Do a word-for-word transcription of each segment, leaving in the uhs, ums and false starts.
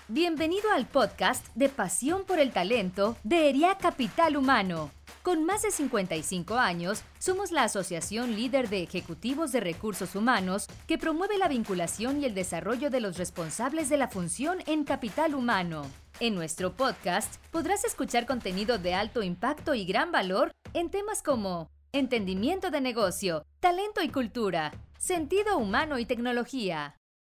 Bienvenido al podcast de Pasión por el Talento de ERIAC Capital Humano. Con más de cincuenta y cinco años, somos la asociación líder de ejecutivos de recursos humanos que promueve la vinculación y el desarrollo de los responsables de la función en capital humano. En nuestro podcast podrás escuchar contenido de alto impacto y gran valor en temas como entendimiento de negocio, talento y cultura, sentido humano y tecnología.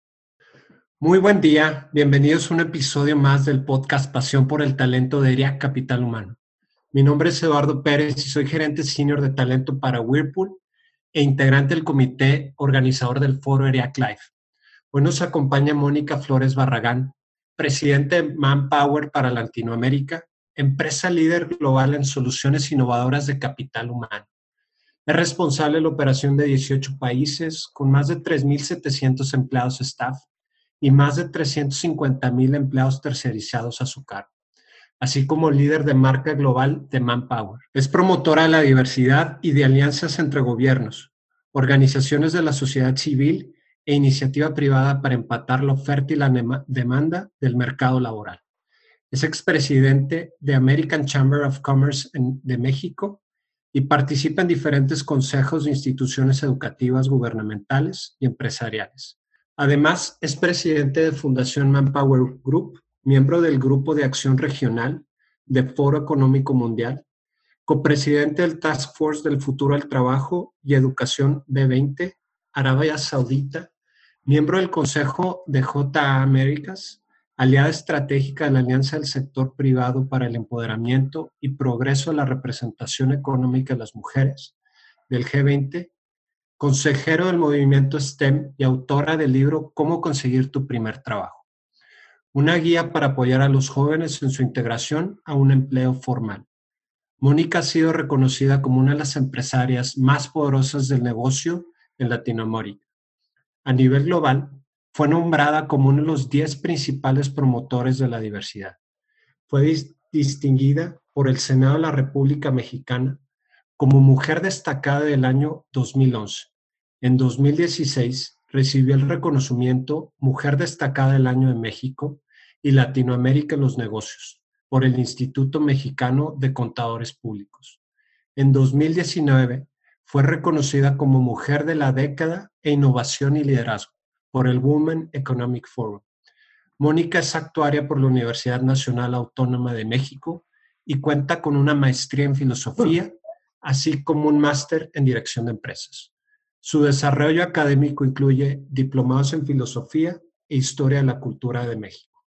Muy buen día, bienvenidos a un episodio más del podcast Pasión por el Talento de ERIAC Capital Humano. Mi nombre es Eduardo Pérez y soy gerente senior de talento para Whirlpool e integrante del comité organizador del foro ERIAC Live. Hoy nos acompaña Mónica Flores Barragán, presidente de Manpower para Latinoamérica, empresa líder global en soluciones innovadoras de capital humano. Es responsable de la operación de dieciocho países con más de tres mil setecientos empleados staff y más de trescientos cincuenta mil empleados tercerizados a su cargo, así como líder de marca global de Manpower. Es promotora de la diversidad y de alianzas entre gobiernos, organizaciones de la sociedad civil e iniciativa privada para empatar la oferta y la demanda del mercado laboral. Es expresidente de American Chamber of Commerce de México y participa en diferentes consejos de instituciones educativas, gubernamentales y empresariales. Además, es presidente de Fundación Manpower Group, miembro del Grupo de Acción Regional de Foro Económico Mundial, copresidente del Task Force del Futuro al Trabajo y Educación B veinte, Arabia Saudita, miembro del Consejo de J A Américas, aliada estratégica de la Alianza del Sector Privado para el Empoderamiento y Progreso de la Representación Económica de las Mujeres, del G veinte, consejero del movimiento STEM y autora del libro Cómo conseguir tu primer trabajo, una guía para apoyar a los jóvenes en su integración a un empleo formal. Mónica ha sido reconocida como una de las empresarias más poderosas del negocio en Latinoamérica. A nivel global, fue nombrada como uno de los diez principales promotores de la diversidad. Fue dis- distinguida por el Senado de la República Mexicana como Mujer Destacada del año dos mil once. En dos mil dieciséis recibió el reconocimiento Mujer Destacada del Año de México y Latinoamérica en los negocios por el Instituto Mexicano de Contadores Públicos. En dos mil diecinueve fue reconocida como Mujer de la Década e Innovación y Liderazgo por el Women Economic Forum. Mónica es actuaria por la Universidad Nacional Autónoma de México y cuenta con una maestría en filosofía, así como un máster en dirección de empresas. Su desarrollo académico incluye diplomados en filosofía e historia de la cultura de México.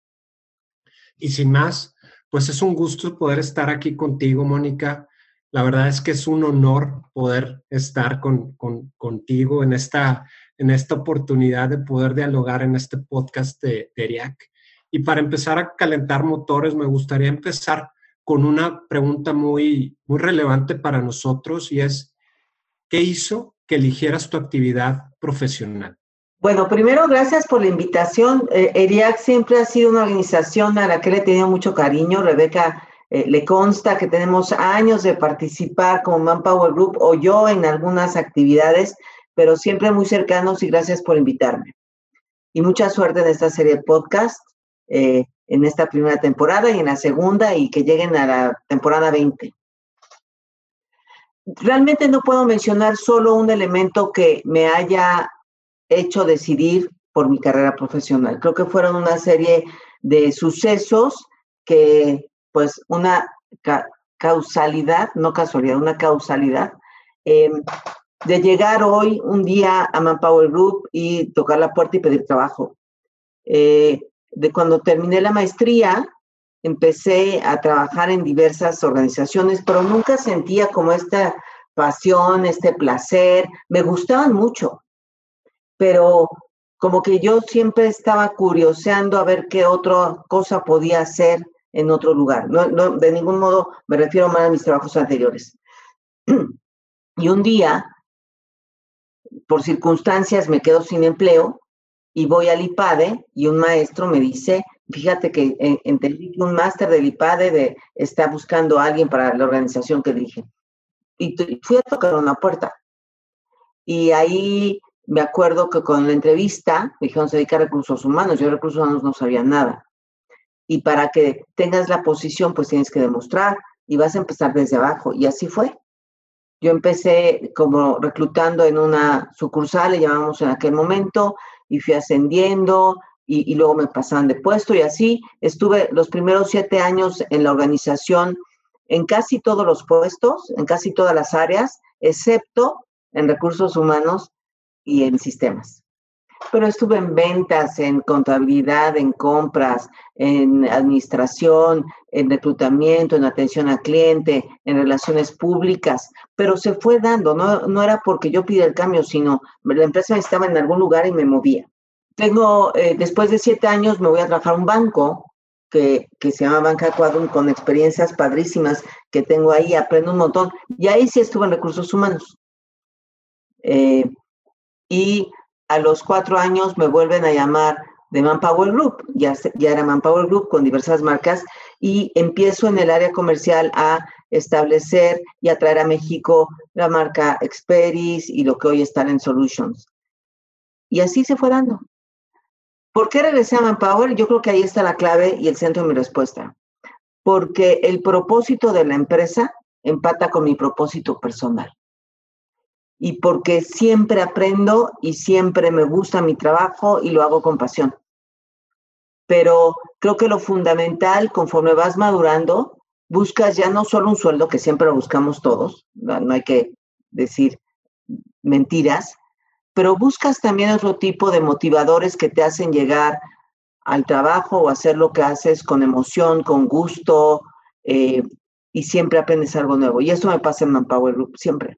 Y sin más, pues es un gusto poder estar aquí contigo, Mónica. La verdad es que es un honor poder estar con, con, contigo en esta, en esta oportunidad de poder dialogar en este podcast de, de ERIAC. Y para empezar a calentar motores, me gustaría empezar con una pregunta muy, muy relevante para nosotros y es, ¿qué hizo que eligieras tu actividad profesional? Bueno, primero, gracias por la invitación. Eh, ERIAC siempre ha sido una organización a la que le he tenido mucho cariño. Rebeca eh, le consta que tenemos años de participar como Manpower Group o yo en algunas actividades, pero siempre muy cercanos y gracias por invitarme. Y mucha suerte en esta serie de podcast, eh, en esta primera temporada y en la segunda y que lleguen a la temporada veinte. Realmente no puedo mencionar solo un elemento que me haya hecho decidir por mi carrera profesional. Creo que fueron una serie de sucesos que, pues, una ca- causalidad, no casualidad, una causalidad, eh, de llegar hoy, un día, a Manpower Group y tocar la puerta y pedir trabajo. Eh, de cuando terminé la maestría, empecé a trabajar en diversas organizaciones, pero nunca sentía como esta pasión, este placer. Me gustaban mucho, pero como que yo siempre estaba curioseando a ver qué otra cosa podía hacer en otro lugar. No, no, de ningún modo me refiero mal a mis trabajos anteriores. Y un día, por circunstancias, me quedo sin empleo y voy al IPADE y un maestro me dice, fíjate que eh, entendí que un máster del IPADE de, está buscando a alguien para la organización que dirige. Y t- fui a tocar una puerta. Y ahí me acuerdo que con la entrevista me dijeron, se dedica a recursos humanos. Yo de recursos humanos no sabía nada. y para que tengas la posición, pues tienes que demostrar y vas a empezar desde abajo. Y así fue. Yo empecé como reclutando en una sucursal, le llamamos en aquel momento, y fui ascendiendo y, y luego me pasaban de puesto y así estuve los primeros siete años en la organización en casi todos los puestos, en casi todas las áreas, excepto en recursos humanos y en sistemas. Pero estuve en ventas, en contabilidad, en compras, en administración, en reclutamiento, en atención al cliente, en relaciones públicas, pero se fue dando, no, no era porque yo pida el cambio, sino la empresa estaba en algún lugar y me movía. Tengo, eh, después de siete años me voy a trabajar a un banco que, que se llama Banca Quadrum, con experiencias padrísimas que tengo ahí, aprendo un montón, y ahí sí estuve en recursos humanos. Eh, y a los cuatro años me vuelven a llamar de Manpower Group, ya, ya era Manpower Group con diversas marcas, y empiezo en el área comercial a establecer y a traer a México la marca Experis y lo que hoy es Talent Solutions. Y así se fue dando. ¿Por qué regresé a Manpower? Yo creo que ahí está la clave y el centro de mi respuesta. Porque el propósito de la empresa empata con mi propósito personal. Y porque siempre aprendo y siempre me gusta mi trabajo y lo hago con pasión. Pero creo que lo fundamental, conforme vas madurando, buscas ya no solo un sueldo, que siempre lo buscamos todos, no, no hay que decir mentiras, pero buscas también otro tipo de motivadores que te hacen llegar al trabajo o hacer lo que haces con emoción, con gusto, eh, y siempre aprendes algo nuevo. Y eso me pasa en Manpower Group, siempre.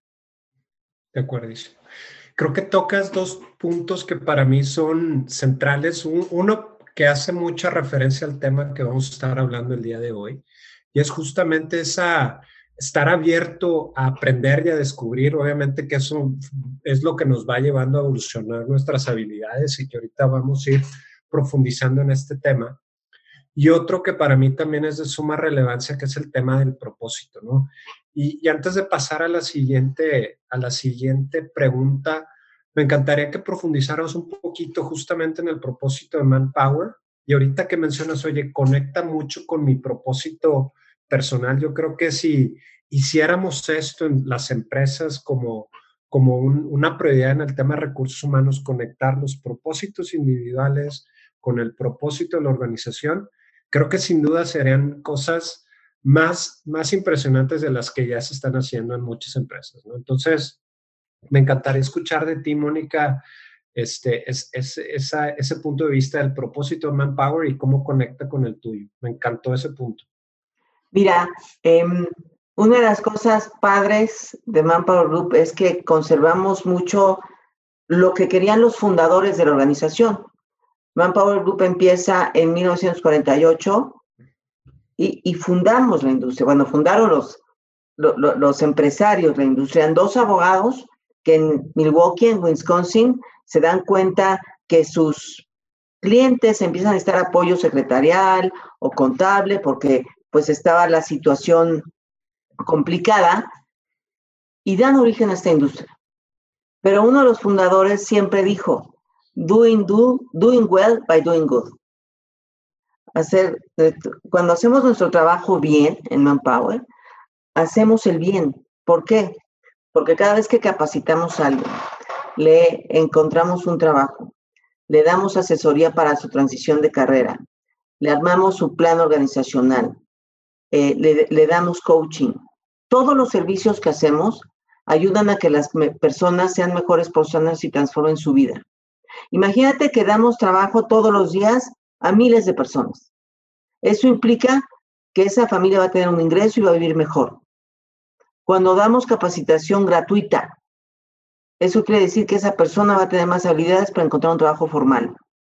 De acuerdo. Creo que tocas dos puntos que para mí son centrales. Uno que hace mucha referencia al tema que vamos a estar hablando el día de hoy, y es justamente esa, estar abierto a aprender y a descubrir. Obviamente que eso es lo que nos va llevando a evolucionar nuestras habilidades y que ahorita vamos a ir profundizando en este tema. Y otro que para mí también es de suma relevancia, que es el tema del propósito, ¿no? Y, y antes de pasar a la siguiente, a la siguiente pregunta, me encantaría que profundizáramos un poquito justamente en el propósito de Manpower. Y ahorita que mencionas, oye, conecta mucho con mi propósito personal. Yo creo que si hiciéramos esto en las empresas como, como un, una prioridad en el tema de recursos humanos, conectar los propósitos individuales con el propósito de la organización, creo que sin duda serían cosas más, más impresionantes de las que ya se están haciendo en muchas empresas, ¿no? Entonces, me encantaría escuchar de ti, Mónica, este, es, es, esa, ese punto de vista del propósito de Manpower y cómo conecta con el tuyo. Me encantó ese punto. Mira, eh, una de las cosas padres de Manpower Group es que conservamos mucho lo que querían los fundadores de la organización. Manpower Group empieza en mil novecientos cuarenta y ocho y, y fundamos la industria. Bueno, fundaron los, los, los empresarios de la industria. Eran dos abogados que en Milwaukee, en Wisconsin, se dan cuenta que sus clientes empiezan a necesitar apoyo secretarial o contable porque pues estaba la situación complicada y dan origen a esta industria. Pero uno de los fundadores siempre dijo, doing, do, doing well by doing good. Hacer, cuando hacemos nuestro trabajo bien en Manpower, hacemos el bien. ¿Por qué? Porque cada vez que capacitamos a alguien, le encontramos un trabajo, le damos asesoría para su transición de carrera, le armamos su plan organizacional, eh, le, le damos coaching. Todos los servicios que hacemos ayudan a que las me- personas sean mejores personas y transformen su vida. Imagínate que damos trabajo todos los días a miles de personas. Eso implica que esa familia va a tener un ingreso y va a vivir mejor. Cuando damos capacitación gratuita, eso quiere decir que esa persona va a tener más habilidades para encontrar un trabajo formal.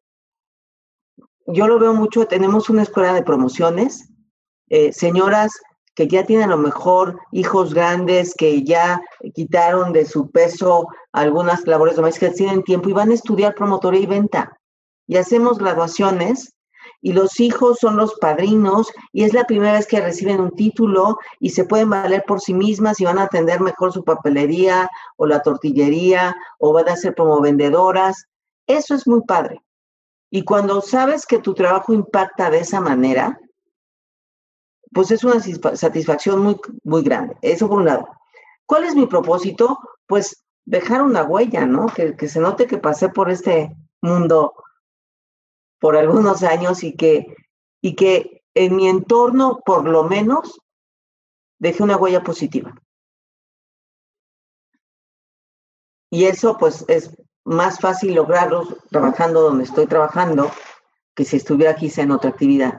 Yo lo veo mucho, tenemos una escuela de promociones, eh, señoras que ya tienen a lo mejor hijos grandes, que ya quitaron de su peso algunas labores domésticas, tienen tiempo y van a estudiar promotoría y venta. Y hacemos graduaciones y los hijos son los padrinos y es la primera vez que reciben un título y se pueden valer por sí mismas y van a atender mejor su papelería o la tortillería o van a ser promovendedoras. Eso es muy padre. Y cuando sabes que tu trabajo impacta de esa manera, pues es una satisfacción muy, muy grande. Eso por un lado. ¿Cuál es mi propósito? Pues dejar una huella, ¿no? Que, que se note que pasé por este mundo por algunos años y que, y que en mi entorno, por lo menos, dejé una huella positiva. Y eso, pues, es más fácil lograrlo trabajando donde estoy trabajando que si estuviera quizá en otra actividad.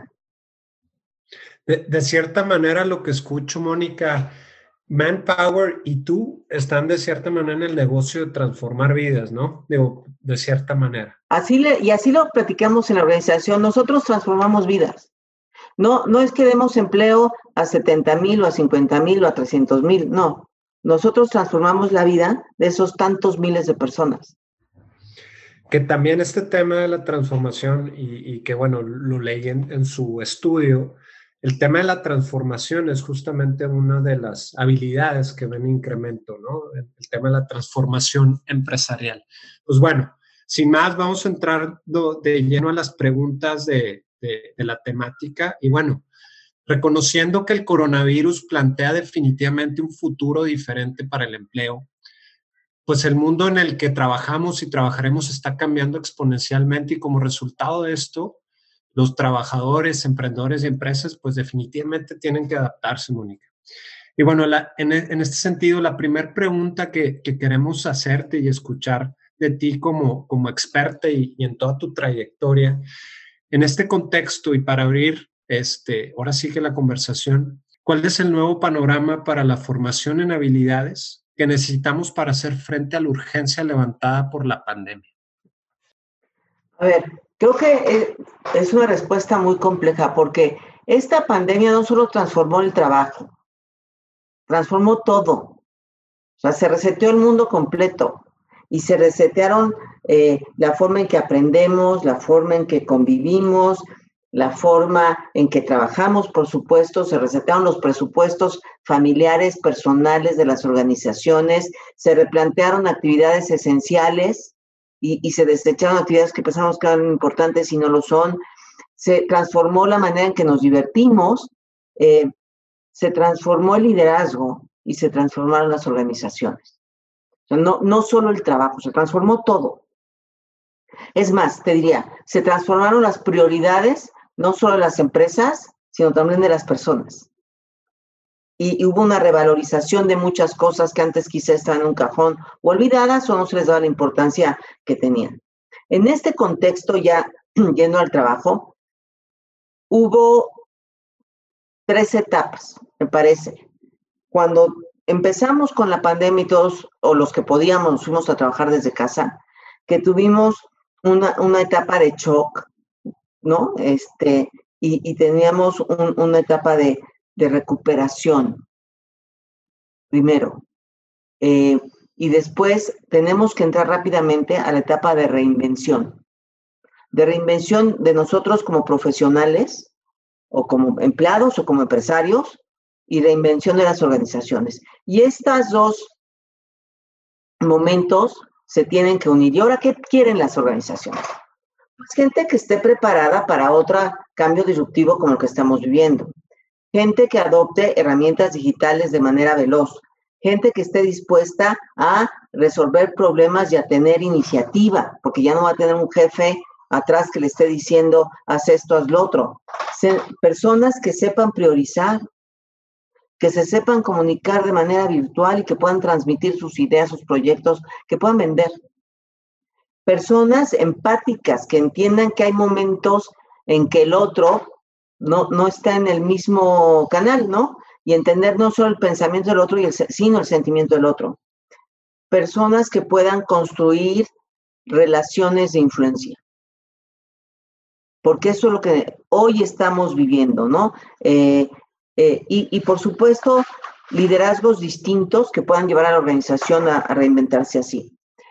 De, de cierta manera, lo que escucho, Mónica, Manpower y tú están de cierta manera en el negocio de transformar vidas, ¿no? Digo, de cierta manera. Así le, y así lo platicamos en la organización. Nosotros transformamos vidas. No, no es que demos empleo a setenta mil o a cincuenta mil o a trescientos mil, no. Nosotros transformamos la vida de esos tantos miles de personas. Que también este tema de la transformación y, y que, bueno, lo leí en, en su estudio, el tema de la transformación es justamente una de las habilidades que ven incremento, ¿no? El, el tema de la transformación empresarial. Pues bueno, sin más, vamos a entrar do, de lleno a las preguntas de, de, de la temática. Y bueno, reconociendo que el coronavirus plantea definitivamente un futuro diferente para el empleo, pues el mundo en el que trabajamos y trabajaremos está cambiando exponencialmente y como resultado de esto, los trabajadores, emprendedores y empresas, pues definitivamente tienen que adaptarse, Mónica. Y bueno, la, en, en este sentido, la primera pregunta que, que queremos hacerte y escuchar de ti como, como experta y, y en toda tu trayectoria, en este contexto y para abrir, este, ahora sí que la conversación, ¿cuál es el nuevo panorama para la formación en habilidades que necesitamos para hacer frente a la urgencia levantada por la pandemia? A ver, creo que es una respuesta muy compleja porque esta pandemia no solo transformó el trabajo, transformó todo. O sea, se reseteó el mundo completo y se resetearon eh, la forma en que aprendemos, la forma en que convivimos, la forma en que trabajamos, por supuesto, se resetearon los presupuestos familiares, personales de las organizaciones, se replantearon actividades esenciales y, y se desecharon actividades que pensamos que eran importantes y no lo son. Se transformó la manera en que nos divertimos, eh, se transformó el liderazgo y se transformaron las organizaciones. O sea, no, no solo el trabajo, se transformó todo. Es más, te diría, se transformaron las prioridades no solo de las empresas, sino también de las personas. Y, y hubo una revalorización de muchas cosas que antes quizá estaban en un cajón o olvidadas o no se les daba la importancia que tenían. En este contexto, ya yendo al trabajo, hubo tres etapas, me parece. Cuando empezamos con la pandemia y todos, o los que podíamos, nos fuimos a trabajar desde casa, que tuvimos una, una etapa de shock, ¿no? Este, y, y teníamos un, una etapa de, de recuperación, primero. Eh, y después tenemos que entrar rápidamente a la etapa de reinvención. De reinvención de nosotros como profesionales, o como empleados, o como empresarios, y reinvención de las organizaciones. Y estos dos momentos se tienen que unir. ¿Y ahora qué quieren las organizaciones? Pues gente que esté preparada para otro cambio disruptivo como el que estamos viviendo. Gente que adopte herramientas digitales de manera veloz. Gente que esté dispuesta a resolver problemas y a tener iniciativa, porque ya no va a tener un jefe atrás que le esté diciendo, haz esto, haz lo otro. Se, personas que sepan priorizar, que se sepan comunicar de manera virtual y que puedan transmitir sus ideas, sus proyectos, que puedan vender. Personas empáticas que entiendan que hay momentos en que el otro no, no está en el mismo canal, ¿no? Y entender no solo el pensamiento del otro, y el, sino el sentimiento del otro. Personas que puedan construir relaciones de influencia. Porque eso es lo que hoy estamos viviendo, ¿no? Eh, eh, y, y, por supuesto, liderazgos distintos que puedan llevar a la organización a, a reinventarse así.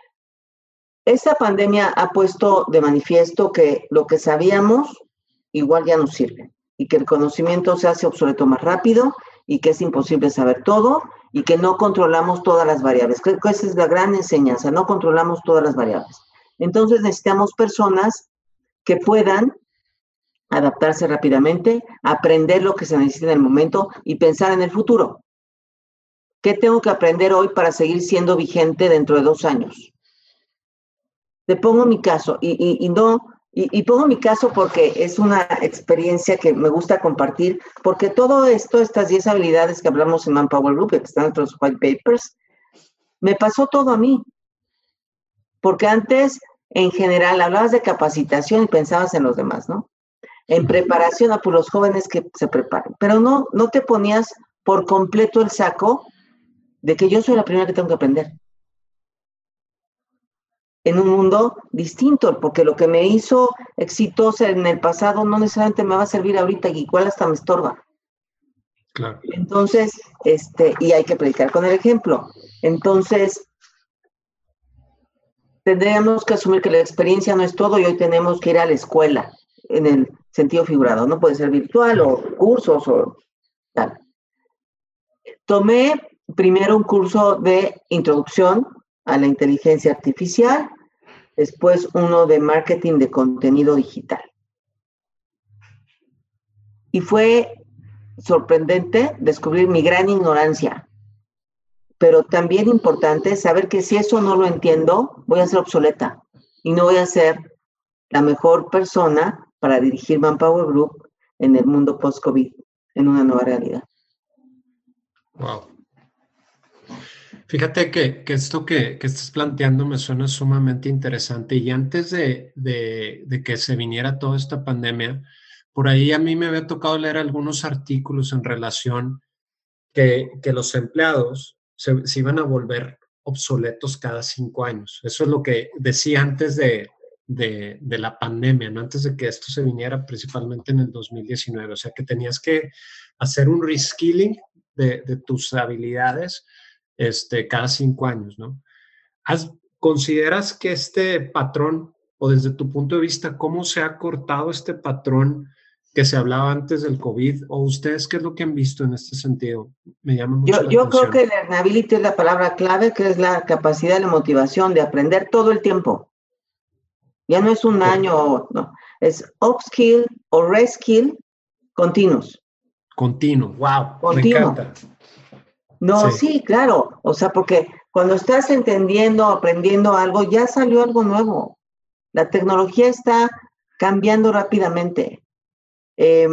Esta pandemia ha puesto de manifiesto que lo que sabíamos igual ya no sirve y que el conocimiento se hace obsoleto más rápido y que es imposible saber todo y que no controlamos todas las variables. Creo que esa es la gran enseñanza, no controlamos todas las variables. Entonces necesitamos personas que puedan adaptarse rápidamente, aprender lo que se necesita en el momento y pensar en el futuro. ¿Qué tengo que aprender hoy para seguir siendo vigente dentro de dos años? Te pongo mi caso y, y, y no, y, y pongo mi caso porque es una experiencia que me gusta compartir, porque todo esto, estas diez habilidades que hablamos en Manpower Group, que están en nuestros white papers, me pasó todo a mí. Porque antes, en general, hablabas de capacitación y pensabas en los demás, ¿no? En preparación a por los jóvenes que se preparan. Pero no, no te ponías por completo el saco de que yo soy la primera que tengo que aprender. En un mundo distinto, porque lo que me hizo exitosa en el pasado no necesariamente me va a servir ahorita y igual hasta me estorba. Claro. Entonces, este, y hay que predicar con el ejemplo. Entonces, tendríamos que asumir que la experiencia no es todo y hoy tenemos que ir a la escuela, en el sentido figurado. No puede ser virtual o cursos o tal. Tomé primero un curso de introducción a la inteligencia artificial, después uno de marketing de contenido digital. Y fue sorprendente descubrir mi gran ignorancia, pero también importante saber que si eso no lo entiendo, voy a ser obsoleta y no voy a ser la mejor persona para dirigir Manpower Group en el mundo post-COVID, en una nueva realidad. Wow. Fíjate que, que esto que, que estás planteando me suena sumamente interesante y antes de, de, de que se viniera toda esta pandemia, por ahí a mí me había tocado leer algunos artículos en relación que, que los empleados se, se iban a volver obsoletos cada cinco años. Eso es lo que decía antes de, de, de la pandemia, ¿no? Antes de que esto se viniera principalmente en el dos mil diecinueve. O sea, que tenías que hacer un reskilling de, de tus habilidades Este, cada cinco años, ¿no? ¿Has, ¿Consideras que este patrón, o desde tu punto de vista, cómo se ha cortado este patrón que se hablaba antes del COVID? ¿O ustedes qué es lo que han visto en este sentido? Me llama mucho Yo, la yo atención. creo que learnability es la palabra clave, que es la capacidad de motivación de aprender todo el tiempo. Ya no es un Correcto. año, no. Es upskill o reskill continuos. Continuo, wow, Continuo. me encanta. No, Sí. sí, claro. O sea, porque cuando estás entendiendo, aprendiendo algo, ya salió algo nuevo. La tecnología está cambiando rápidamente. Eh,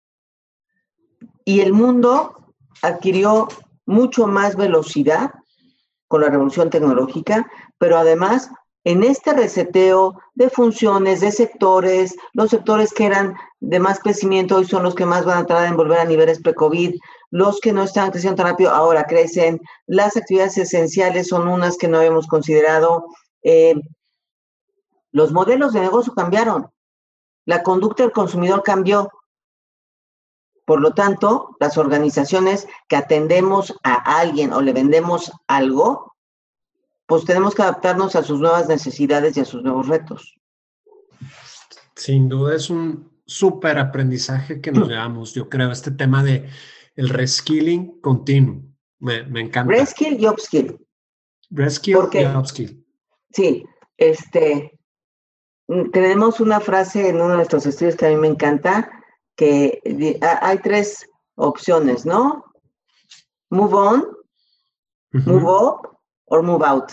y el mundo adquirió mucho más velocidad con la revolución tecnológica, pero además en este reseteo de funciones, de sectores, los sectores que eran de más crecimiento hoy son los que más van a tratar de volver a niveles pre-COVID, los que no estaban creciendo tan rápido ahora crecen, las actividades esenciales son unas que no habíamos considerado, eh, los modelos de negocio cambiaron, la conducta del consumidor cambió. Por lo tanto, las organizaciones que atendemos a alguien o le vendemos algo, pues tenemos que adaptarnos a sus nuevas necesidades y a sus nuevos retos. Sin duda es un súper aprendizaje que nos llevamos, yo creo, este tema de el reskilling continuo. Me, me encanta. Reskill y upskill. Reskill Porque, y upskill. Sí, este, tenemos una frase en uno de nuestros estudios que a mí me encanta, que hay tres opciones, ¿no? Move on, uh-huh. Move up, or move out.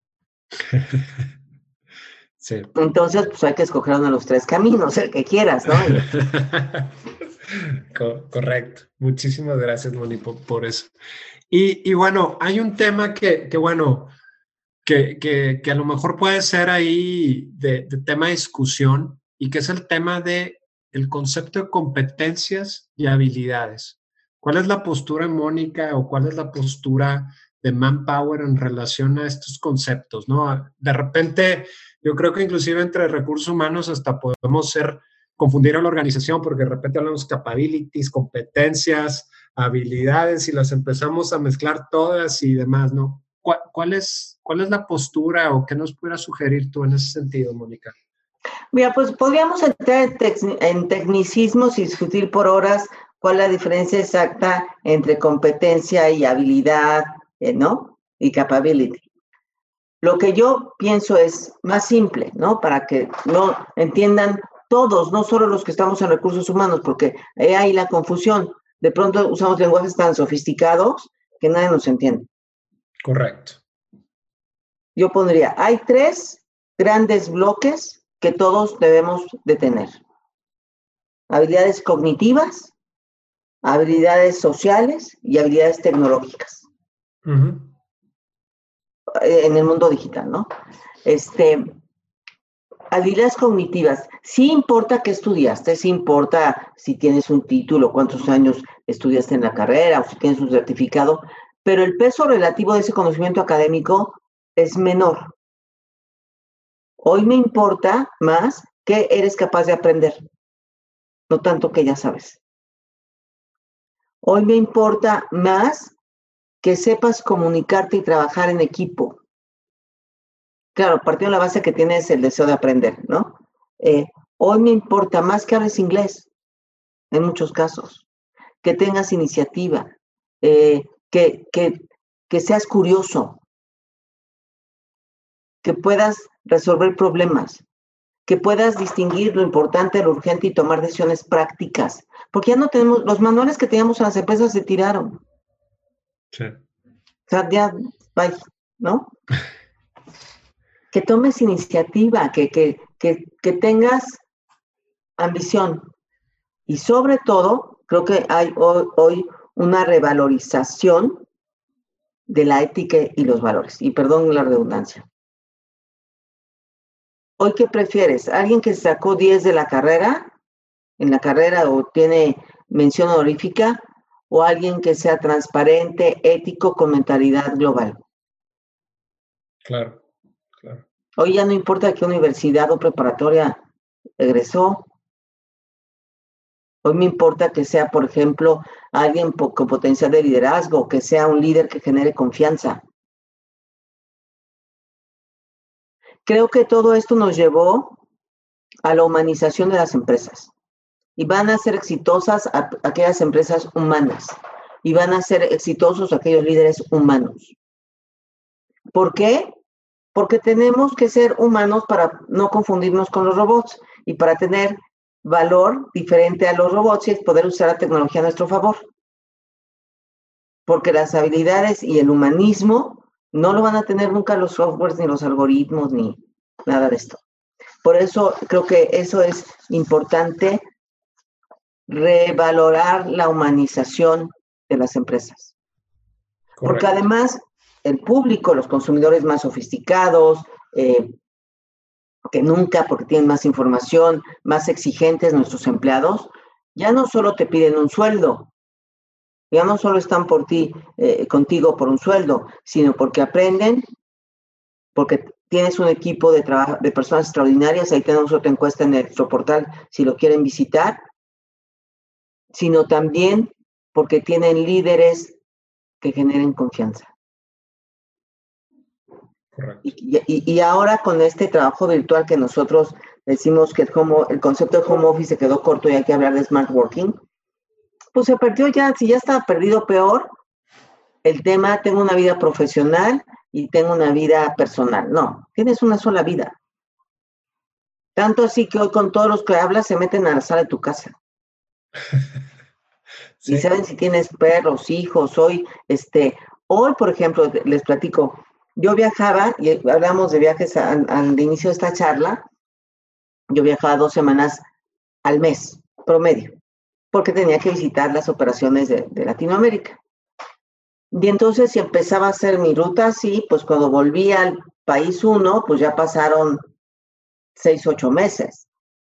Sí. Entonces, pues hay que escoger uno de los tres caminos, el que quieras, ¿no? Correcto. Muchísimas gracias, Moni, por, por eso. Y, y bueno, hay un tema que, que bueno, que, que, que a lo mejor puede ser ahí de, de tema de discusión y que es el tema de el concepto de competencias y habilidades. ¿Cuál es la postura de Mónica o cuál es la postura de Manpower en relación a estos conceptos, ¿no? De repente, yo creo que inclusive entre recursos humanos hasta podemos ser, confundir a la organización porque de repente hablamos capabilities, competencias, habilidades y las empezamos a mezclar todas y demás, ¿no? ¿Cuál, cuál, es, cuál es la postura o qué nos pudieras sugerir tú en ese sentido, Mónica? Mira, pues podríamos entrar en, tec en tecnicismos y discutir por horas cuál es la diferencia exacta entre competencia y habilidad, eh, ¿no? Y capability. Lo que yo pienso es más simple, ¿no? Para que no entiendan todos, no solo los que estamos en recursos humanos, porque hay ahí la confusión. De pronto usamos lenguajes tan sofisticados que nadie nos entiende. Correcto. Yo pondría, hay tres grandes bloques que todos debemos de tener. Habilidades cognitivas, habilidades sociales y habilidades tecnológicas. Uh-huh. En el mundo digital, ¿no? Este, habilidades cognitivas. Sí importa qué estudiaste, sí importa si tienes un título, cuántos años estudiaste en la carrera o si tienes un certificado, pero el peso relativo de ese conocimiento académico es menor. Hoy me importa más qué eres capaz de aprender, no tanto que ya sabes. Hoy me importa más que sepas comunicarte y trabajar en equipo. Claro, partiendo de la base que tienes el deseo de aprender, ¿no? Eh, hoy me importa más que hables inglés, en muchos casos, que tengas iniciativa, eh, que, que, que seas curioso, que puedas resolver problemas, que puedas distinguir lo importante, lo urgente y tomar decisiones prácticas. Porque ya no tenemos, los manuales que teníamos en las empresas se tiraron. Sí. O sea, ya, bye, ¿no? Que tomes iniciativa, que, que, que, que tengas ambición. Y sobre todo, creo que hay hoy, hoy una revalorización de la ética y los valores. Y perdón la redundancia. ¿Hoy qué prefieres? ¿Alguien que sacó diez de la carrera, en la carrera o tiene mención honorífica, o alguien que sea transparente, ético, con mentalidad global? Claro, claro. Hoy ya no importa qué universidad o preparatoria egresó. Hoy me importa que sea, por ejemplo, alguien con potencial de liderazgo, que sea un líder que genere confianza. Creo que todo esto nos llevó a la humanización de las empresas. Y van a ser exitosas a, aquellas empresas humanas. Y van a ser exitosos aquellos líderes humanos. ¿Por qué? Porque tenemos que ser humanos para no confundirnos con los robots y para tener valor diferente a los robots y poder usar la tecnología a nuestro favor. Porque las habilidades y el humanismo no lo van a tener nunca los softwares, ni los algoritmos, ni nada de esto. Por eso creo que eso es importante, revalorar la humanización de las empresas. Correcto. Porque además el público, los consumidores más sofisticados, eh, que nunca, porque tienen más información, más exigentes nuestros empleados, ya no solo te piden un sueldo, ya no solo están por ti, eh, contigo por un sueldo, sino porque aprenden, porque tienes un equipo de, trabajo, de personas extraordinarias, ahí tenemos otra encuesta en nuestro portal, si lo quieren visitar, sino también porque tienen líderes que generen confianza. Correcto. Y, y, y ahora con este trabajo virtual que nosotros decimos que el, home, el concepto de home office se quedó corto y hay que hablar de smart working, pues se perdió ya, si ya estaba perdido peor, el tema, tengo una vida profesional y tengo una vida personal. No, tienes una sola vida. Tanto así que hoy con todos los que hablas se meten a la sala de tu casa. Sí. Y saben si tienes perros, hijos. Hoy, este, hoy, por ejemplo, les platico, yo viajaba, y hablamos de viajes al, al inicio de esta charla, yo viajaba dos semanas al mes, promedio, porque tenía que visitar las operaciones de, de Latinoamérica. Y entonces, si empezaba a hacer mi ruta así, pues cuando volví al país uno, pues ya pasaron seis, ocho meses.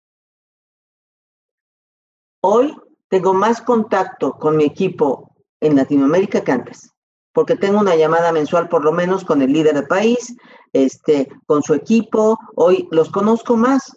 Hoy tengo más contacto con mi equipo en Latinoamérica que antes, porque tengo una llamada mensual por lo menos con el líder del país, este, con su equipo. Hoy los conozco más,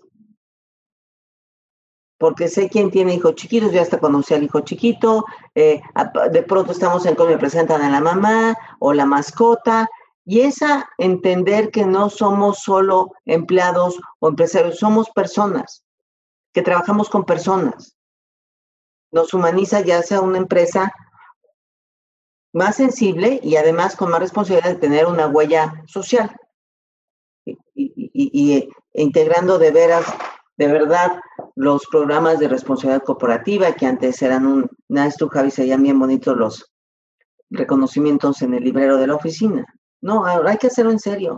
porque sé quién tiene hijos chiquitos, ya hasta conocí al hijo chiquito, eh, de pronto estamos en cómo me presentan a la mamá o la mascota, y esa entender que no somos solo empleados o empresarios, somos personas, que trabajamos con personas. Nos humaniza ya sea una empresa más sensible y además con más responsabilidad de tener una huella social, y, y, y, y integrando de veras de verdad, los programas de responsabilidad corporativa, que antes eran un nice to have y se veían bien bonitos los reconocimientos en el librero de la oficina. No, ahora hay que hacerlo en serio.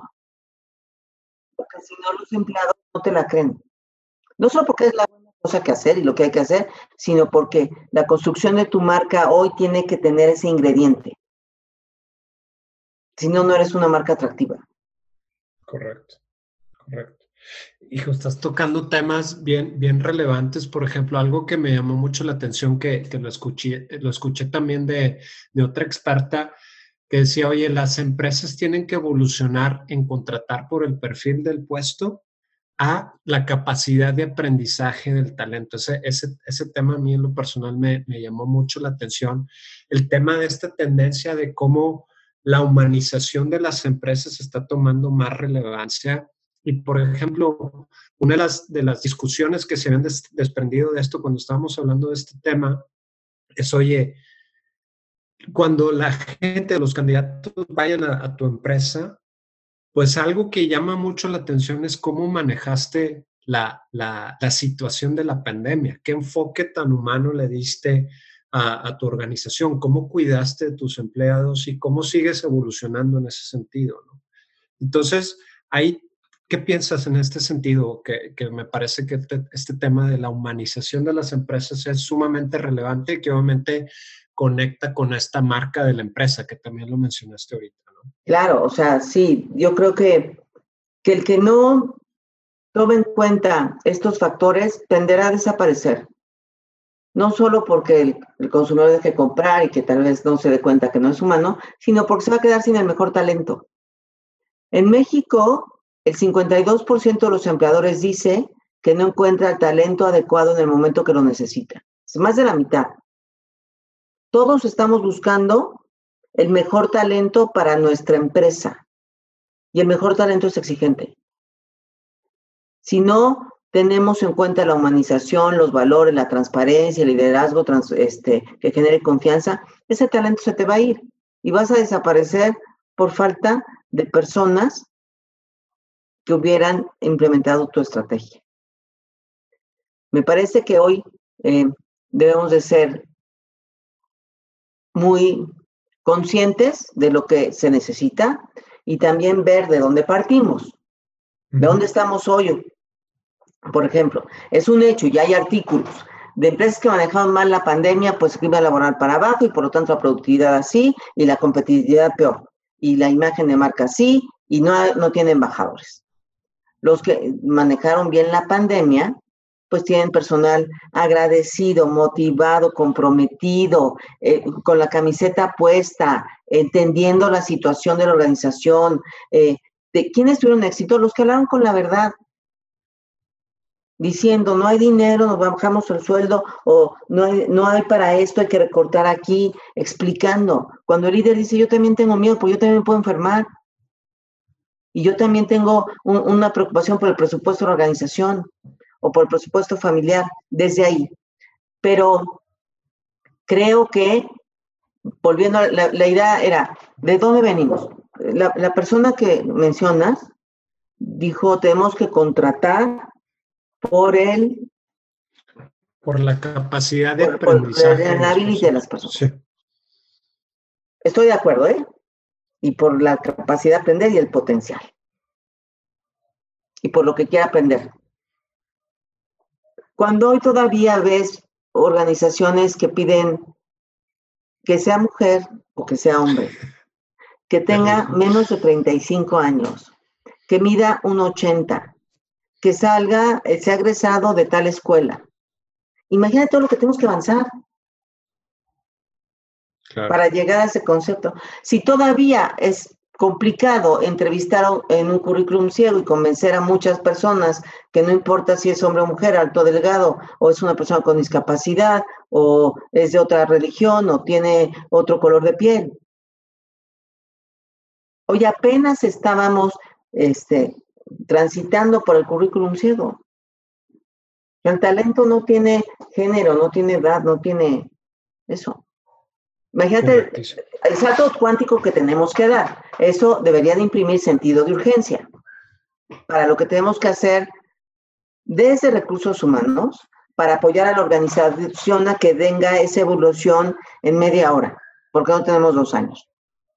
Porque si no, los empleados no te la creen. No solo porque es la buena cosa que hacer y lo que hay que hacer, sino porque la construcción de tu marca hoy tiene que tener ese ingrediente. Si no, no eres una marca atractiva. Correcto, correcto. Hijo, estás tocando temas bien, bien relevantes. Por ejemplo, algo que me llamó mucho la atención, que, que lo escuché, lo escuché también de, de otra experta, que decía, oye, las empresas tienen que evolucionar en contratar por el perfil del puesto a la capacidad de aprendizaje del talento. Ese, ese, ese tema a mí en lo personal me, me llamó mucho la atención. El tema de esta tendencia de cómo la humanización de las empresas está tomando más relevancia. Y, por ejemplo, una de las, de las discusiones que se habían des, desprendido de esto cuando estábamos hablando de este tema es, oye, cuando la gente, los candidatos vayan a, a tu empresa, pues algo que llama mucho la atención es cómo manejaste la, la, la situación de la pandemia. ¿Qué enfoque tan humano le diste a, a tu organización? ¿Cómo cuidaste de tus empleados y cómo sigues evolucionando en ese sentido, ¿no? Entonces, ahí, ¿qué piensas en este sentido? Que, que me parece que te, este tema de la humanización de las empresas es sumamente relevante y que obviamente conecta con esta marca de la empresa, que también lo mencionaste ahorita, ¿no? Claro, o sea, sí, yo creo que, que el que no tome en cuenta estos factores tenderá a desaparecer. No solo porque el, el consumidor deje comprar y que tal vez no se dé cuenta que no es humano, sino porque se va a quedar sin el mejor talento. En México, el cincuenta y dos por ciento de los empleadores dice que no encuentra el talento adecuado en el momento que lo necesita. Es más de la mitad. Todos estamos buscando el mejor talento para nuestra empresa. Y el mejor talento es exigente. Si no tenemos en cuenta la humanización, los valores, la transparencia, el liderazgo trans, este, que genere confianza, ese talento se te va a ir y vas a desaparecer por falta de personas que hubieran implementado tu estrategia. Me parece que hoy eh, debemos de ser muy conscientes de lo que se necesita y también ver de dónde partimos, de dónde estamos hoy. Por ejemplo, es un hecho, y hay artículos de empresas que manejaban mal la pandemia, pues clima laboral para abajo y por lo tanto la productividad así y la competitividad peor y la imagen de marca así y no, no tienen embajadores. Los que manejaron bien la pandemia, pues tienen personal agradecido, motivado, comprometido, eh, con la camiseta puesta, entendiendo la situación de la organización. Eh, ¿De quiénes tuvieron éxito? Los que hablaron con la verdad, diciendo, no hay dinero, nos bajamos el sueldo, o no hay, no hay para esto, hay que recortar aquí, explicando. Cuando el líder dice, yo también tengo miedo, pues yo también me puedo enfermar, y yo también tengo un, una preocupación por el presupuesto de la organización, o por el presupuesto familiar, desde ahí. Pero creo que, volviendo a la, la idea era, ¿de dónde venimos? La, la persona que mencionas dijo, tenemos que contratar por el... Por la capacidad de por, aprendizaje. Por la habilidad de las personas. Sí. Estoy de acuerdo, ¿eh? Y por la capacidad de aprender y el potencial. Y por lo que quiera aprender. Cuando hoy todavía ves organizaciones que piden que sea mujer o que sea hombre, que tenga menos de treinta y cinco años, que mida uno ochenta, que salga, sea egresado de tal escuela. Imagínate todo lo que tenemos que avanzar. Claro. Para llegar a ese concepto. Si todavía es complicado entrevistar en un currículum ciego y convencer a muchas personas que no importa si es hombre o mujer, alto o delgado, o es una persona con discapacidad, o es de otra religión, o tiene otro color de piel. Hoy apenas estábamos este, transitando por el currículum ciego. El talento no tiene género, no tiene edad, no tiene eso. Imagínate el salto cuántico que tenemos que dar. Eso debería de imprimir sentido de urgencia para lo que tenemos que hacer desde recursos humanos para apoyar a la organización a que tenga esa evolución en media hora, porque no tenemos dos años.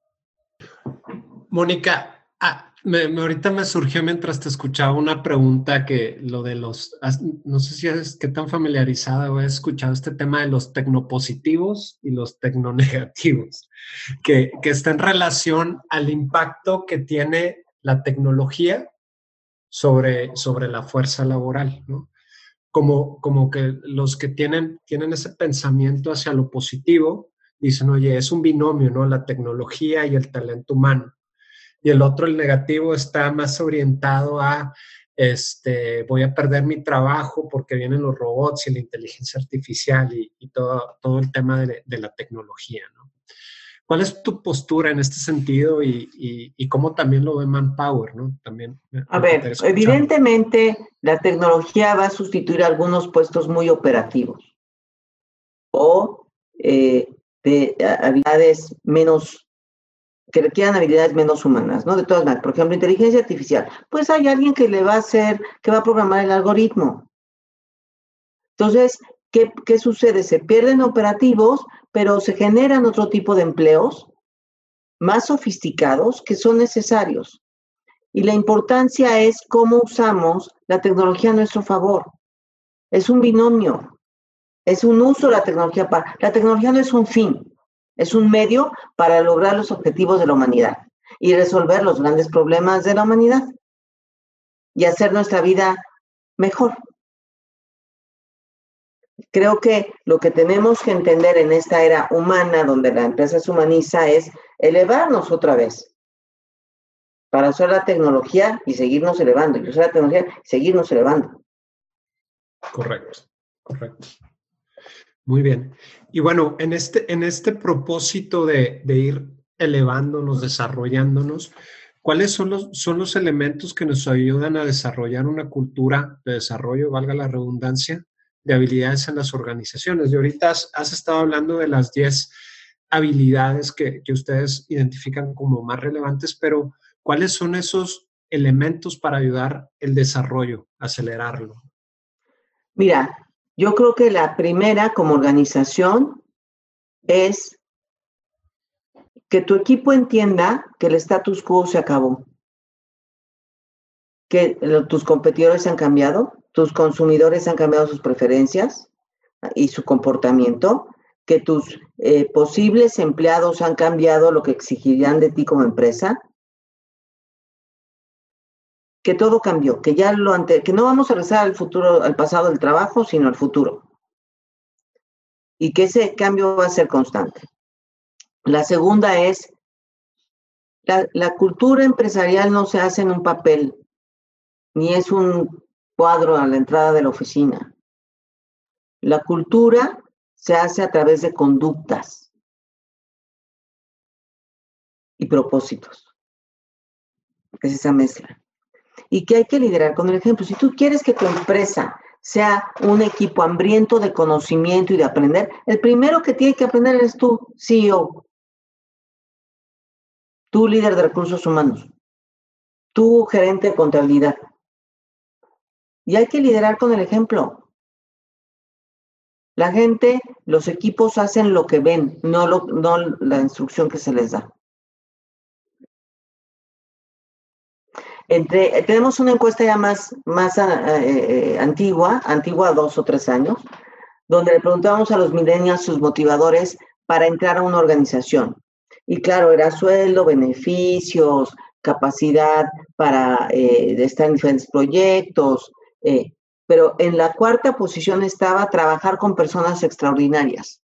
Mónica, ah, me, me, ahorita me surgió mientras te escuchaba una pregunta que lo de los, no sé si es que tan familiarizada o has escuchado este tema de los tecnopositivos y los tecnonegativos, que, que está en relación al impacto que tiene la tecnología sobre, sobre la fuerza laboral, ¿no? Como, como que los que tienen, tienen ese pensamiento hacia lo positivo dicen, oye, es un binomio, ¿no? La tecnología y el talento humano. Y el otro, el negativo, está más orientado a, este, voy a perder mi trabajo porque vienen los robots y la inteligencia artificial y, y todo, todo el tema de, de la tecnología, ¿no? ¿Cuál es tu postura en este sentido y, y, y cómo también lo ve Manpower, ¿no? También. A ver, evidentemente la tecnología va a sustituir algunos puestos muy operativos o eh, de habilidades menos, que requieran habilidades menos humanas, ¿no? De todas maneras, por ejemplo, inteligencia artificial, pues hay alguien que le va a hacer, que va a programar el algoritmo. Entonces, ¿qué, qué sucede? Se pierden operativos, pero se generan otro tipo de empleos más sofisticados que son necesarios. Y la importancia es cómo usamos la tecnología a nuestro favor. Es un binomio, es un uso de la tecnología para... La tecnología no es un fin, es un medio para lograr los objetivos de la humanidad y resolver los grandes problemas de la humanidad y hacer nuestra vida mejor. Creo que lo que tenemos que entender en esta era humana, donde la empresa se humaniza, es elevarnos otra vez para usar la tecnología y seguirnos elevando, y usar la tecnología y seguirnos elevando. Correcto, correcto. Muy bien. Y bueno, en este, en este propósito de, de ir elevándonos, desarrollándonos, ¿cuáles son los, son los elementos que nos ayudan a desarrollar una cultura de desarrollo, valga la redundancia, de habilidades en las organizaciones? Y ahorita has, has estado hablando de las diez habilidades que, que ustedes identifican como más relevantes, pero ¿cuáles son esos elementos para ayudar el desarrollo, acelerarlo? Mira, yo creo que la primera como organización es que tu equipo entienda que el status quo se acabó, que tus competidores han cambiado, tus consumidores han cambiado sus preferencias y su comportamiento, que tus eh, posibles empleados han cambiado lo que exigirían de ti como empresa, que todo cambió, que ya lo ante, que no vamos a regresar al futuro, al pasado del trabajo, sino al futuro. Y que ese cambio va a ser constante. La segunda es, la, la cultura empresarial no se hace en un papel, ni es un cuadro a la entrada de la oficina. La cultura se hace a través de conductas y propósitos. Es esa mezcla. Y que hay que liderar con el ejemplo. Si tú quieres que tu empresa sea un equipo hambriento de conocimiento y de aprender, el primero que tiene que aprender eres tú, C E O. Tú, líder de recursos humanos. Tú, gerente de contabilidad. Y hay que liderar con el ejemplo. La gente, los equipos hacen lo que ven, no, lo, no la instrucción que se les da. Entre, tenemos una encuesta ya más, más eh, antigua, antigua dos o tres años, donde le preguntábamos a los millennials sus motivadores para entrar a una organización. Y claro, era sueldo, beneficios, capacidad para eh, estar en diferentes proyectos, eh, pero en la cuarta posición estaba trabajar con personas extraordinarias.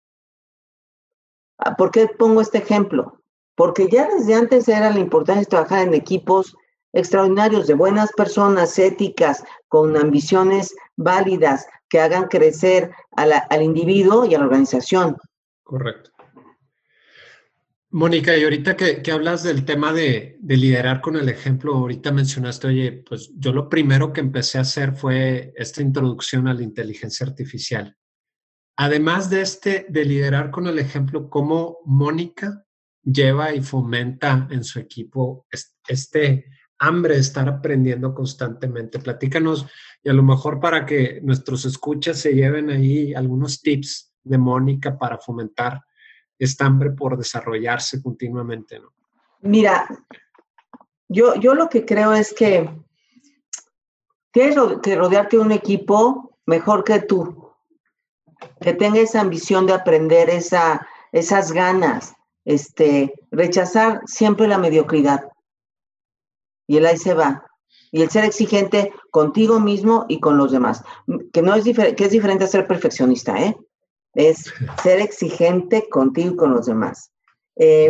¿Por qué pongo este ejemplo? Porque ya desde antes era la importancia de trabajar en equipos extraordinarios, de buenas personas, éticas, con ambiciones válidas, que hagan crecer a la, al individuo y a la organización. Correcto. Mónica, y ahorita que, que hablas del tema de, de liderar con el ejemplo, ahorita mencionaste, oye, pues yo lo primero que empecé a hacer fue esta introducción a la inteligencia artificial. Además de este, de liderar con el ejemplo, ¿cómo Mónica lleva y fomenta en su equipo este hambre de estar aprendiendo constantemente. Platícanos, y a lo mejor para que nuestros escuchas se lleven ahí algunos tips de Mónica para fomentar esta hambre por desarrollarse continuamente, ¿no? Mira, yo, yo lo que creo es que tienes que rodearte de un equipo mejor que tú, que tenga esa ambición de aprender, esa, esas ganas, este, rechazar siempre la mediocridad. Y el ahí se va. Y el ser exigente contigo mismo y con los demás. Que no es diferente, que es diferente a ser perfeccionista, ¿eh? Es ser exigente contigo y con los demás. Eh,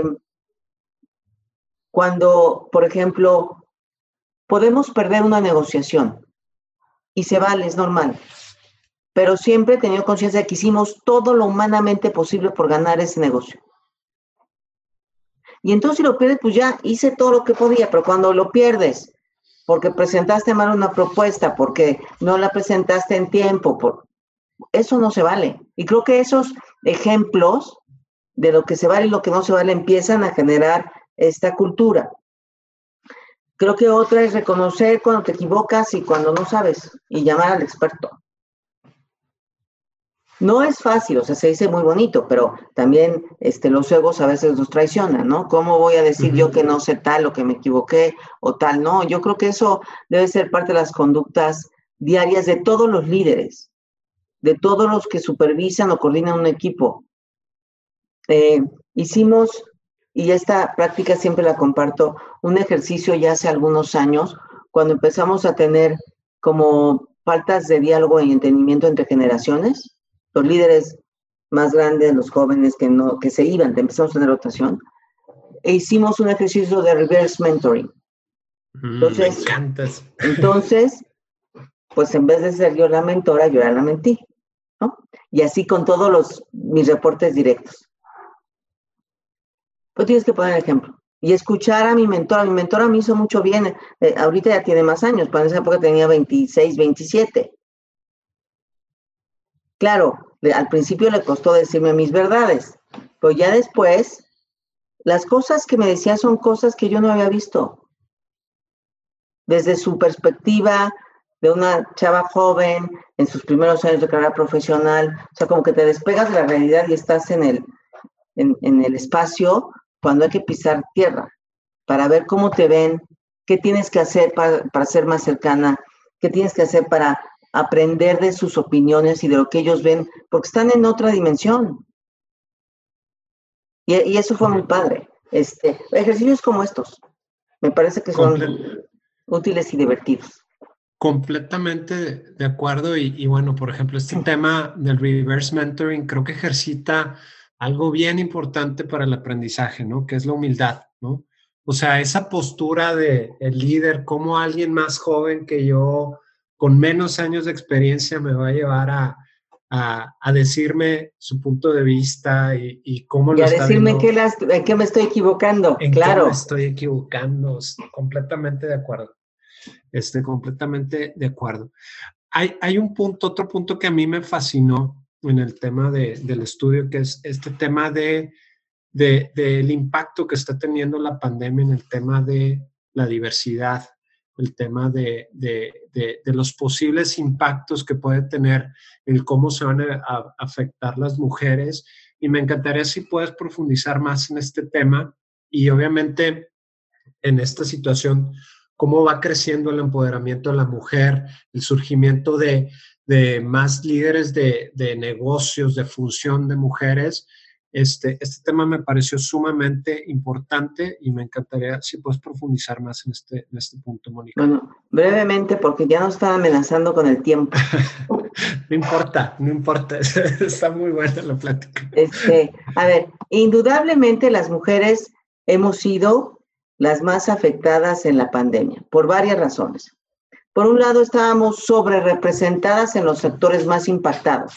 cuando, por ejemplo, podemos perder una negociación y se vale, es normal. Pero siempre he tenido conciencia de que hicimos todo lo humanamente posible por ganar ese negocio. Y entonces si lo pierdes, pues ya hice todo lo que podía, pero cuando lo pierdes, porque presentaste mal una propuesta, porque no la presentaste en tiempo, por... eso no se vale. Y creo que esos ejemplos de lo que se vale y lo que no se vale empiezan a generar esta cultura. Creo que otra es reconocer cuando te equivocas y cuando no sabes y llamar al experto. No es fácil, o sea, se dice muy bonito, pero también este, los egos a veces nos traicionan, ¿no? ¿Cómo voy a decir uh-huh. yo que no sé tal o que me equivoqué o tal? No, yo creo que eso debe ser parte de las conductas diarias de todos los líderes, de todos los que supervisan o coordinan un equipo. Eh, hicimos, y esta práctica siempre la comparto, un ejercicio ya hace algunos años, cuando empezamos a tener como faltas de diálogo y entendimiento entre generaciones. Los líderes más grandes, los jóvenes que no que se iban, empezamos a tener rotación, e hicimos un ejercicio de reverse mentoring. Entonces, mm, me encantas. Entonces, pues en vez de ser yo la mentora, yo era la mentí, ¿no? Y así con todos los mis reportes directos. Pues tienes que poner el ejemplo. Y escuchar a mi mentora. Mi mentora me hizo mucho bien. Eh, ahorita ya tiene más años, pero en esa época tenía veintiséis, veintisiete. Claro, al principio le costó decirme mis verdades, pero ya después, las cosas que me decía son cosas que yo no había visto. Desde su perspectiva de una chava joven, en sus primeros años de carrera profesional, o sea, como que te despegas de la realidad y estás en el, en, en el espacio cuando hay que pisar tierra, para ver cómo te ven, qué tienes que hacer para, para ser más cercana, qué tienes que hacer para aprender de sus opiniones y de lo que ellos ven, porque están en otra dimensión. Y, y eso fue muy padre. Este, ejercicios como estos, me parece que son Comple- útiles y divertidos. Completamente de acuerdo. Y, y bueno, por ejemplo, este tema del reverse mentoring creo que ejercita algo bien importante para el aprendizaje, ¿no? Que es la humildad, ¿no? O sea, esa postura de el líder, como alguien más joven que yo, con menos años de experiencia, me va a llevar a, a, a decirme su punto de vista y, y cómo y lo a está decirme viendo. Que las, en qué me estoy equivocando, en claro. qué me estoy equivocando, completamente de acuerdo. Estoy completamente de acuerdo. Hay, hay un punto, otro punto que a mí me fascinó en el tema de, del estudio, que es este tema de, de, del impacto que está teniendo la pandemia en el tema de la diversidad, el tema de, de, de, de los posibles impactos que puede tener el cómo se van a, a afectar las mujeres. Y me encantaría si puedes profundizar más en este tema y obviamente en esta situación, cómo va creciendo el empoderamiento de la mujer, el surgimiento de, de más líderes de, de negocios, de función de mujeres. Este, este tema me pareció sumamente importante y me encantaría si puedes profundizar más en este, en este punto, Mónica. Bueno, brevemente, porque ya nos están amenazando con el tiempo. No importa, no importa. Está muy buena la plática. Este, a ver, indudablemente las mujeres hemos sido las más afectadas en la pandemia, por varias razones. Por un lado, estábamos sobre representadas en los sectores más impactados.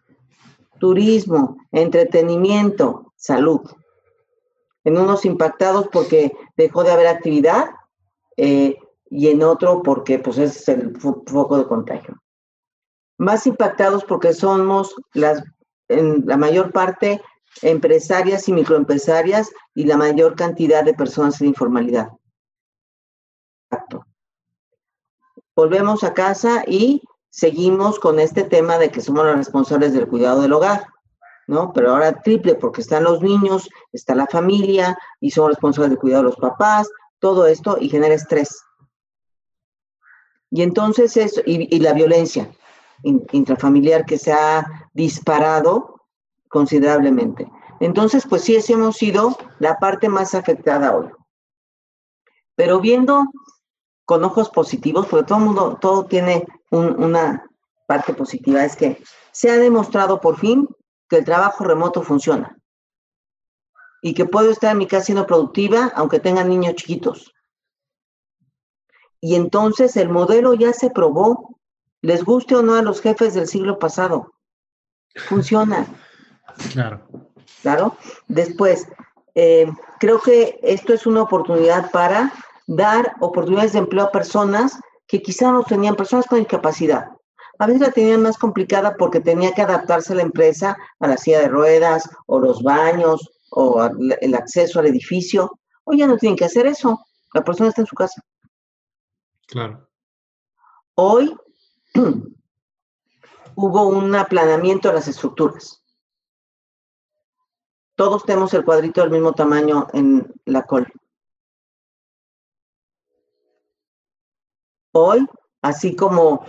Turismo, entretenimiento, salud. En unos impactados porque dejó de haber actividad eh, y en otro porque pues, es el fo- foco de contagio. Más impactados porque somos las, en la mayor parte empresarias y microempresarias y la mayor cantidad de personas en informalidad. Exacto. Volvemos a casa y seguimos con este tema de que somos los responsables del cuidado del hogar, ¿no? Pero ahora triple, porque están los niños, está la familia, y somos responsables del cuidado de los papás, todo esto, y genera estrés. Y entonces eso, y, y la violencia intrafamiliar que se ha disparado considerablemente. Entonces, pues sí, sí hemos sido la parte más afectada hoy. Pero viendo con ojos positivos, porque todo el mundo, todo tiene un, una parte positiva, es que se ha demostrado por fin que el trabajo remoto funciona y que puedo estar en mi casa siendo productiva aunque tenga niños chiquitos. Y entonces el modelo ya se probó, les guste o no a los jefes del siglo pasado. Funciona. Claro. Claro. Después, eh, creo que esto es una oportunidad para dar oportunidades de empleo a personas que quizá no tenían, personas con discapacidad. A veces la tenían más complicada porque tenía que adaptarse a la empresa, a la silla de ruedas, o los baños, o el acceso al edificio. Hoy ya no tienen que hacer eso. La persona está en su casa. Claro. Hoy hubo un aplanamiento de las estructuras. Todos tenemos el cuadrito del mismo tamaño en la cola. Hoy, así como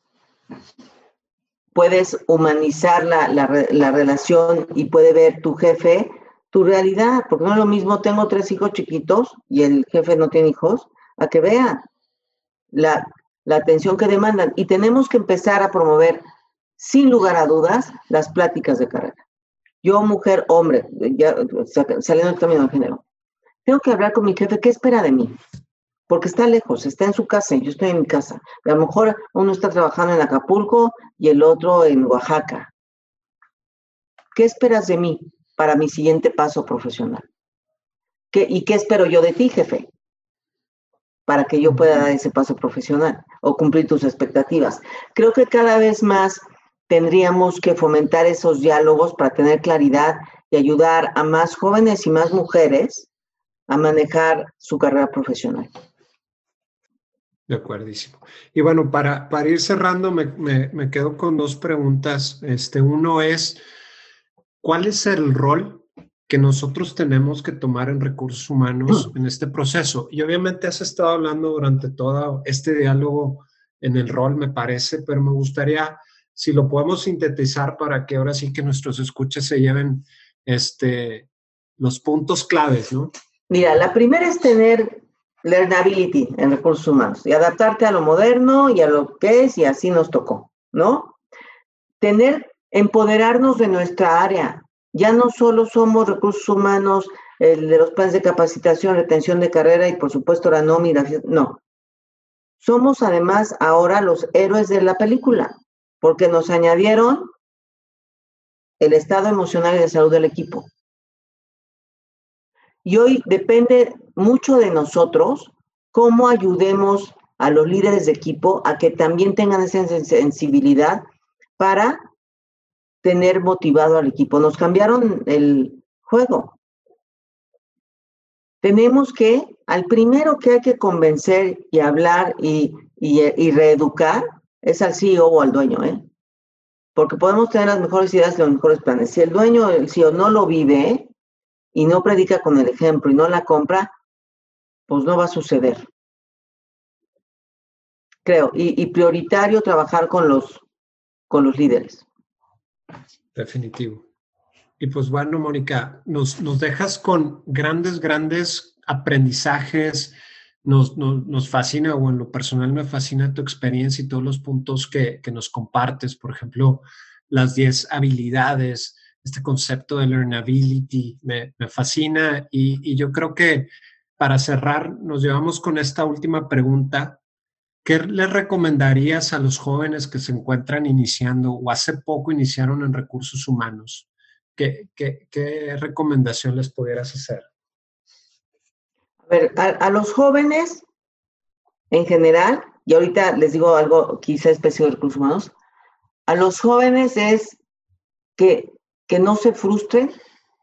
puedes humanizar la, la, la relación y puede ver tu jefe tu realidad, porque no es lo mismo, tengo tres hijos chiquitos y el jefe no tiene hijos, a que vea la, la atención que demandan. Y tenemos que empezar a promover, sin lugar a dudas, las pláticas de carrera. Yo, mujer, hombre, ya saliendo del término de género, tengo que hablar con mi jefe, ¿qué espera de mí? Porque está lejos, está en su casa y yo estoy en mi casa. A lo mejor uno está trabajando en Acapulco y el otro en Oaxaca. ¿Qué esperas de mí para mi siguiente paso profesional? ¿Qué, ¿Y qué espero yo de ti, jefe? Para que yo pueda dar ese paso profesional o cumplir tus expectativas. Creo que cada vez más tendríamos que fomentar esos diálogos para tener claridad y ayudar a más jóvenes y más mujeres a manejar su carrera profesional. De acuerdísimo. Y bueno, para, para ir cerrando, me, me, me quedo con dos preguntas. Este, uno es, ¿cuál es el rol que nosotros tenemos que tomar en recursos humanos en este proceso? Y obviamente has estado hablando durante todo este diálogo en el rol, me parece, pero me gustaría, si lo podemos sintetizar para que ahora sí que nuestros escuchas se lleven este, los puntos claves, ¿no? Mira, la primera es tener learnability en recursos humanos y adaptarte a lo moderno y a lo que es, y así nos tocó, ¿no? Tener, empoderarnos de nuestra área. Ya no solo somos recursos humanos, el de los planes de capacitación, retención de carrera y por supuesto la nómina, no. Somos además ahora los héroes de la película, porque nos añadieron el estado emocional y de salud del equipo. Y hoy depende mucho de nosotros cómo ayudemos a los líderes de equipo a que también tengan esa sensibilidad para tener motivado al equipo. Nos cambiaron el juego. Tenemos que, al primero que hay que convencer y hablar y, y, y reeducar es al C E O o al dueño, ¿eh? Porque podemos tener las mejores ideas y los mejores planes. Si el dueño, el C E O no lo vive, ¿eh? Y no predica con el ejemplo y no la compra, pues no va a suceder. Creo, y, y prioritario trabajar con los, con los líderes. Definitivo. Y pues bueno, Mónica, nos, nos dejas con grandes, grandes aprendizajes. Nos, nos, nos fascina, o en lo personal me fascina tu experiencia y todos los puntos que, que nos compartes. Por ejemplo, las diez habilidades, este concepto de learnability, me, me fascina. Y, y yo creo que para cerrar, nos llevamos con esta última pregunta. ¿Qué les recomendarías a los jóvenes que se encuentran iniciando o hace poco iniciaron en recursos humanos? ¿Qué, qué, qué recomendación les pudieras hacer? A ver, a, a los jóvenes en general, y ahorita les digo algo quizá específico de recursos humanos, a los jóvenes es que, que no se frustren,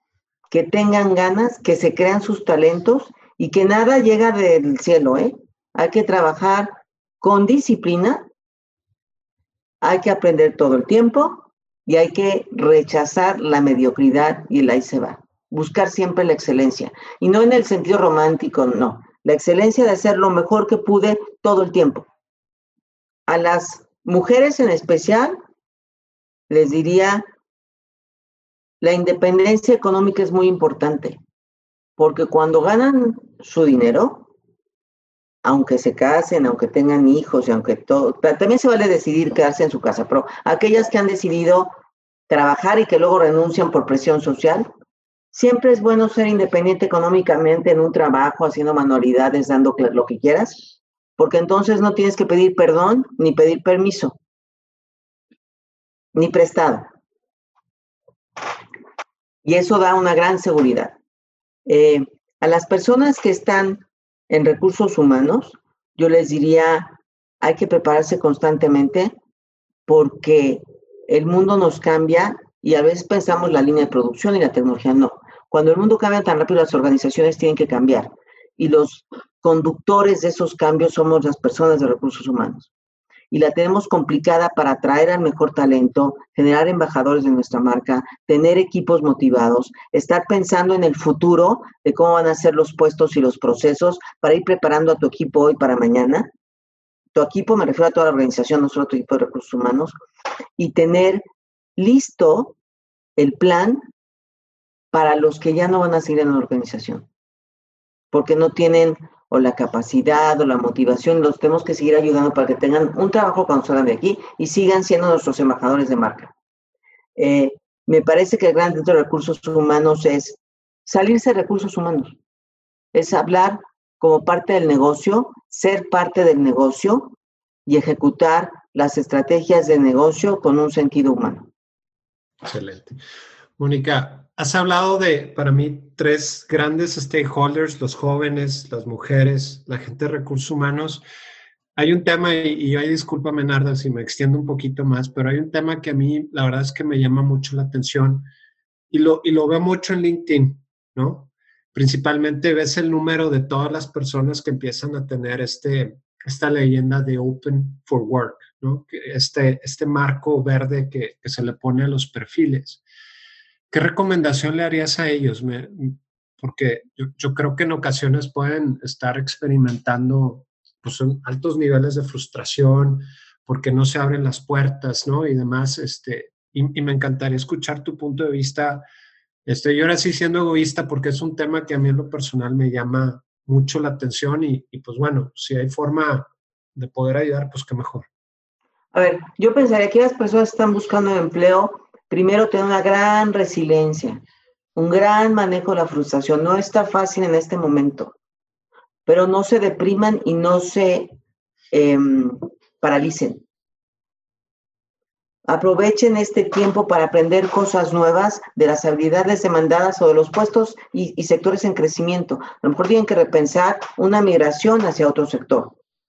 que tengan ganas, que se crean sus talentos y que nada llega del cielo, ¿eh? Hay que trabajar con disciplina, hay que aprender todo el tiempo y hay que rechazar la mediocridad y el ahí se va. Buscar siempre la excelencia. Y no en el sentido romántico, no. La excelencia de hacer lo mejor que pude todo el tiempo. A las mujeres en especial, les diría, la independencia económica es muy importante, porque cuando ganan su dinero, aunque se casen, aunque tengan hijos y aunque todo, pero también se vale decidir quedarse en su casa, pero aquellas que han decidido trabajar y que luego renuncian por presión social, siempre es bueno ser independiente económicamente en un trabajo, haciendo manualidades, dando lo que quieras, porque entonces no tienes que pedir perdón, ni pedir permiso, ni prestado. Y eso da una gran seguridad. Eh, a las personas que están en recursos humanos, yo les diría, hay que prepararse constantemente porque el mundo nos cambia y a veces pensamos la línea de producción y la tecnología no. Cuando el mundo cambia tan rápido, las organizaciones tienen que cambiar y los conductores de esos cambios somos las personas de recursos humanos. Y la tenemos complicada para atraer al mejor talento, generar embajadores de nuestra marca, tener equipos motivados, estar pensando en el futuro de cómo van a ser los puestos y los procesos para ir preparando a tu equipo hoy para mañana. Tu equipo, me refiero a toda la organización, no solo a tu equipo de recursos humanos, y tener listo el plan para los que ya no van a seguir en la organización, porque no tienen o la capacidad o la motivación, los tenemos que seguir ayudando para que tengan un trabajo cuando salgan de aquí y sigan siendo nuestros embajadores de marca. Eh, me parece que el gran reto de recursos humanos es salirse de recursos humanos, es hablar como parte del negocio, ser parte del negocio y ejecutar las estrategias de negocio con un sentido humano. Excelente. Mónica, has hablado de, para mí, tres grandes stakeholders, los jóvenes, las mujeres, la gente de recursos humanos. Hay un tema, y, y ay, discúlpame, Narda, si me extiendo un poquito más, pero hay un tema que a mí, la verdad es que me llama mucho la atención y lo, y lo veo mucho en LinkedIn, ¿no? Principalmente ves el número de todas las personas que empiezan a tener este, esta leyenda de Open for Work, ¿no? Este, este marco verde que, que se le pone a los perfiles. ¿Qué recomendación le harías a ellos? Me, porque yo, yo creo que en ocasiones pueden estar experimentando pues, altos niveles de frustración porque no se abren las puertas, ¿no? Y demás. Este, y, y me encantaría escuchar tu punto de vista. Este, yo ahora sí siendo egoísta porque es un tema que a mí en lo personal me llama mucho la atención y, y pues bueno, si hay forma de poder ayudar, pues qué mejor. A ver, yo pensaría que las personas que están buscando empleo, primero tener una gran resiliencia, un gran manejo de la frustración. No está fácil en este momento, pero no se depriman y no se eh, paralicen. Aprovechen este tiempo para aprender cosas nuevas de las habilidades demandadas o de los puestos y, y sectores en crecimiento. A lo mejor tienen que repensar una migración hacia otro sector.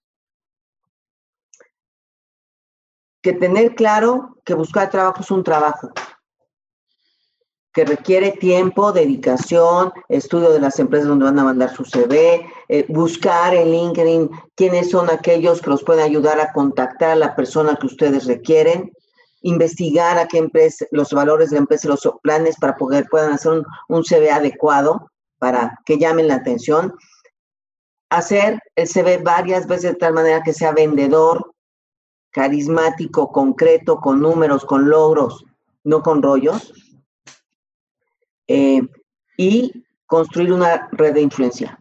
Que tener claro que buscar trabajo es un trabajo, que requiere tiempo, dedicación, estudio de las empresas donde van a mandar su C V, eh, buscar en LinkedIn quiénes son aquellos que los pueden ayudar a contactar a la persona que ustedes requieren, investigar a qué empresa, los valores de la empresa y los planes para poder puedan hacer un, un C V adecuado para que llamen la atención, hacer el C V varias veces de tal manera que sea vendedor, carismático, concreto, con números, con logros, no con rollos, eh, y construir una red de influencia.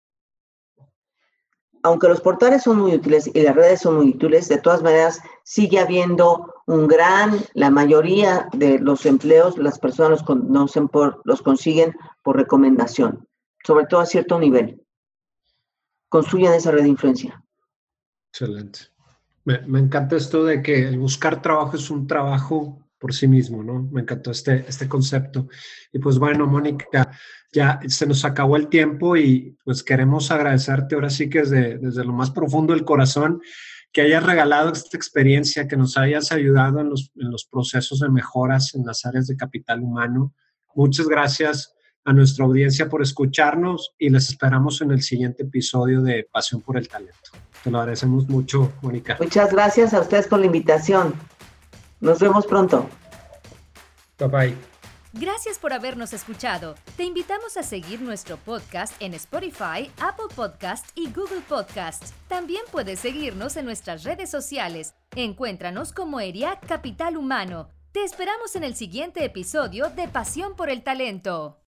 Aunque los portales son muy útiles y las redes son muy útiles, de todas maneras sigue habiendo un gran, la mayoría de los empleos, las personas los conocen por, los consiguen por recomendación, sobre todo a cierto nivel. Construyan esa red de influencia. Excelente. Me, me encanta esto de que el buscar trabajo es un trabajo por sí mismo, ¿no? Me encantó este, este concepto. Y pues bueno, Mónica, ya se nos acabó el tiempo y pues queremos agradecerte ahora sí que desde, desde lo más profundo del corazón que hayas regalado esta experiencia, que nos hayas ayudado en los, en los procesos de mejoras en las áreas de capital humano. Muchas gracias a nuestra audiencia por escucharnos y les esperamos en el siguiente episodio de Pasión por el Talento. Te lo agradecemos mucho, Mónica. Muchas gracias a ustedes por la invitación. Nos vemos pronto. Bye bye. Gracias por habernos escuchado. Te invitamos a seguir nuestro podcast en Spotify, Apple Podcast y Google Podcast. También puedes seguirnos en nuestras redes sociales. Encuéntranos como ERIAC Capital Humano. Te esperamos en el siguiente episodio de Pasión por el Talento.